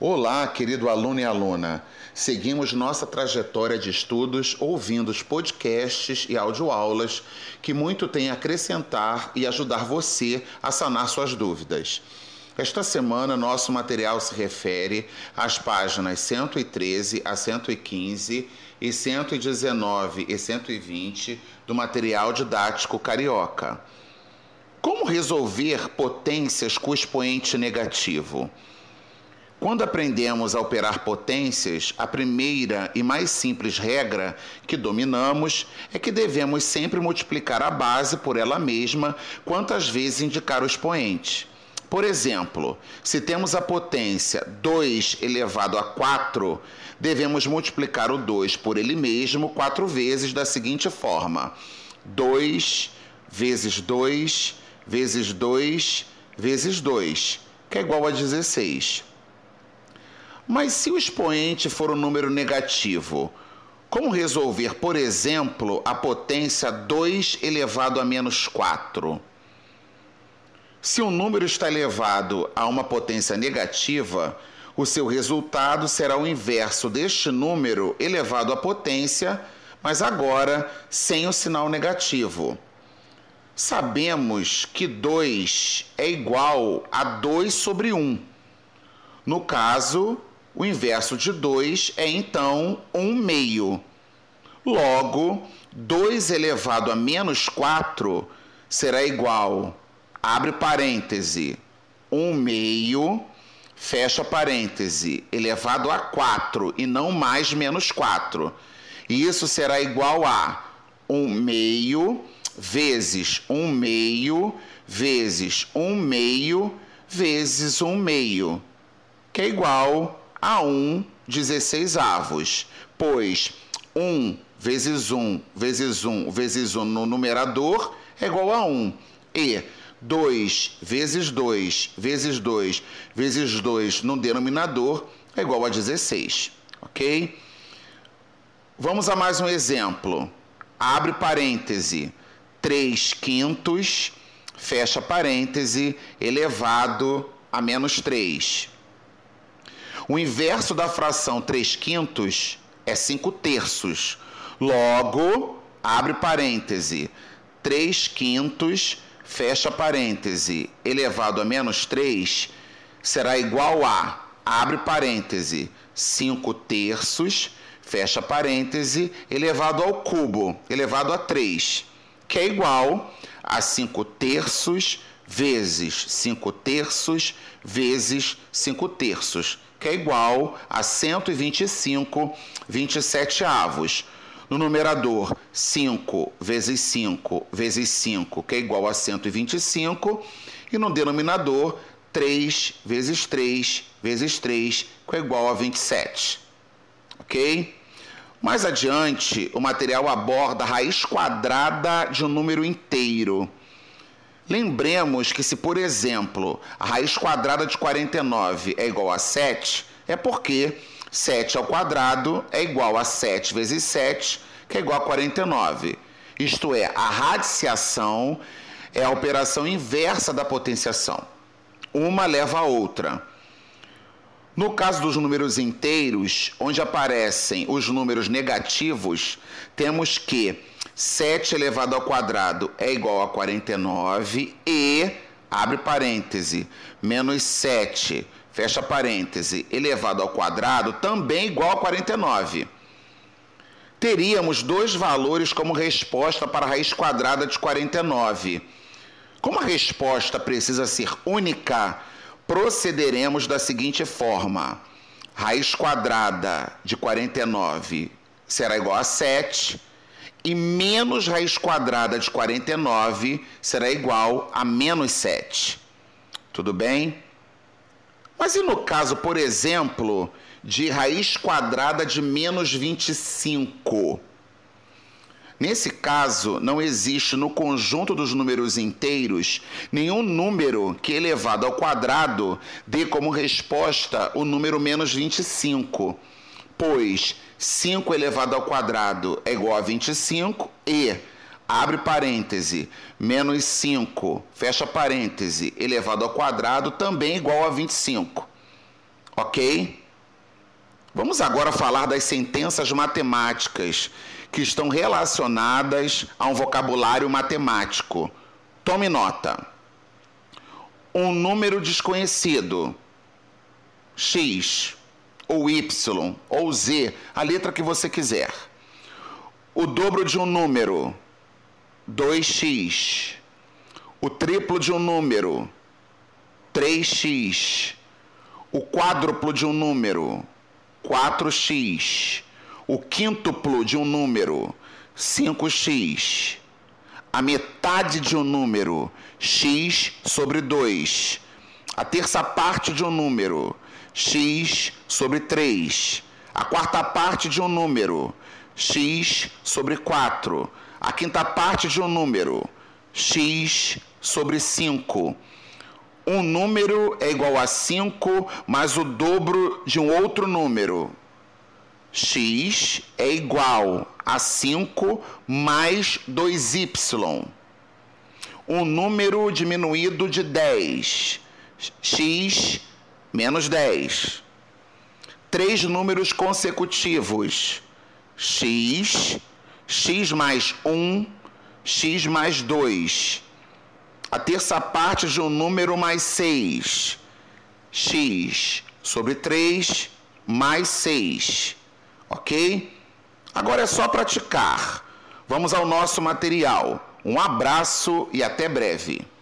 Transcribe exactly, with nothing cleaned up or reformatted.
Olá, querido aluno e aluna. Seguimos nossa trajetória de estudos ouvindo os podcasts e audioaulas que muito têm a acrescentar e ajudar você a sanar suas dúvidas. Esta semana, nosso material se refere às páginas cento e treze a cento e quinze e cento e dezenove e cento e vinte do material didático carioca. Como resolver potências com expoente negativo? Quando aprendemos a operar potências, a primeira e mais simples regra que dominamos é que devemos sempre multiplicar a base por ela mesma quantas vezes indicar o expoente. Por exemplo, se temos a potência dois elevado a quatro, devemos multiplicar o dois por ele mesmo quatro vezes da seguinte forma: dois vezes dois vezes dois vezes dois, que é igual a dezesseis. Mas se o expoente for um número negativo, como resolver, por exemplo, a potência dois elevado a menos quatro? Se um número está elevado a uma potência negativa, o seu resultado será o inverso deste número elevado à potência, mas agora sem o sinal negativo. Sabemos que dois é igual a dois sobre um. No caso, o inverso de dois é, então, um meio. Logo, dois elevado a menos quatro será igual, abre parêntese, um meio, fecha parêntese, elevado a quatro e não mais menos quatro. E isso será igual a um meio vezes um meio vezes um meio vezes um meio, que é igual a um dezesseisavos, pois um vezes um vezes um vezes um no numerador é igual a um, e dois vezes dois vezes dois vezes dois no denominador é igual a dezesseis, ok? Vamos a mais um exemplo. Abre parêntese, três quintos, fecha parêntese, elevado a menos três. O inverso da fração três quintos é cinco terços. Logo, abre parêntese, três quintos, fecha parêntese, elevado a menos três, será igual a, abre parêntese, cinco terços, fecha parêntese, elevado ao cubo, elevado a três, que é igual a cinco terços vezes cinco terços vezes cinco terços, que é igual a cento e vinte e cinco vinte e sete avos. No numerador, cinco vezes cinco vezes cinco, que é igual a cento e vinte e cinco. E no denominador, três vezes três vezes três, que é igual a vinte e sete. Ok? Mais adiante, o material aborda a raiz quadrada de um número inteiro. Lembremos que se, por exemplo, a raiz quadrada de quarenta e nove é igual a sete, é porque sete ao quadrado é igual a sete vezes sete, que é igual a quarenta e nove. Isto é, a radiciação é a operação inversa da potenciação. Uma leva a outra. No caso dos números inteiros, onde aparecem os números negativos, temos que sete elevado ao quadrado é igual a quarenta e nove e, abre parêntese, menos sete, fecha parêntese, elevado ao quadrado também é igual a quarenta e nove. Teríamos dois valores como resposta para a raiz quadrada de quarenta e nove. Como a resposta precisa ser única, procederemos da seguinte forma: raiz quadrada de quarenta e nove será igual a sete, e menos raiz quadrada de quarenta e nove será igual a menos sete. Tudo bem? Mas e no caso, por exemplo, de raiz quadrada de menos vinte e cinco? Nesse caso, não existe no conjunto dos números inteiros nenhum número que, elevado ao quadrado, dê como resposta o número menos vinte e cinco, pois cinco elevado ao quadrado é igual a vinte e cinco e, abre parêntese, menos cinco, fecha parêntese, elevado ao quadrado também é igual a vinte e cinco. ok? Vamos agora falar das sentenças matemáticas que estão relacionadas a um vocabulário matemático. Tome nota. Um número desconhecido, x, ou y, ou z, a letra que você quiser. O dobro de um número, dois x. O triplo de um número, três x. O quádruplo de um número, quatro x. O quíntuplo de um número, cinco x. A metade de um número, x sobre dois. A terça parte de um número, x sobre três. A quarta parte de um número, x sobre quatro. A quinta parte de um número, x sobre cinco. Um número é igual a cinco mais o dobro de um outro número. X é igual a cinco mais dois y. Um número diminuído de dez. X menos dez. Três números consecutivos. X, x mais um, x mais dois. A terça parte de um número mais seis. X sobre três mais seis. Ok? Agora é só praticar. Vamos ao nosso material. Um abraço e até breve.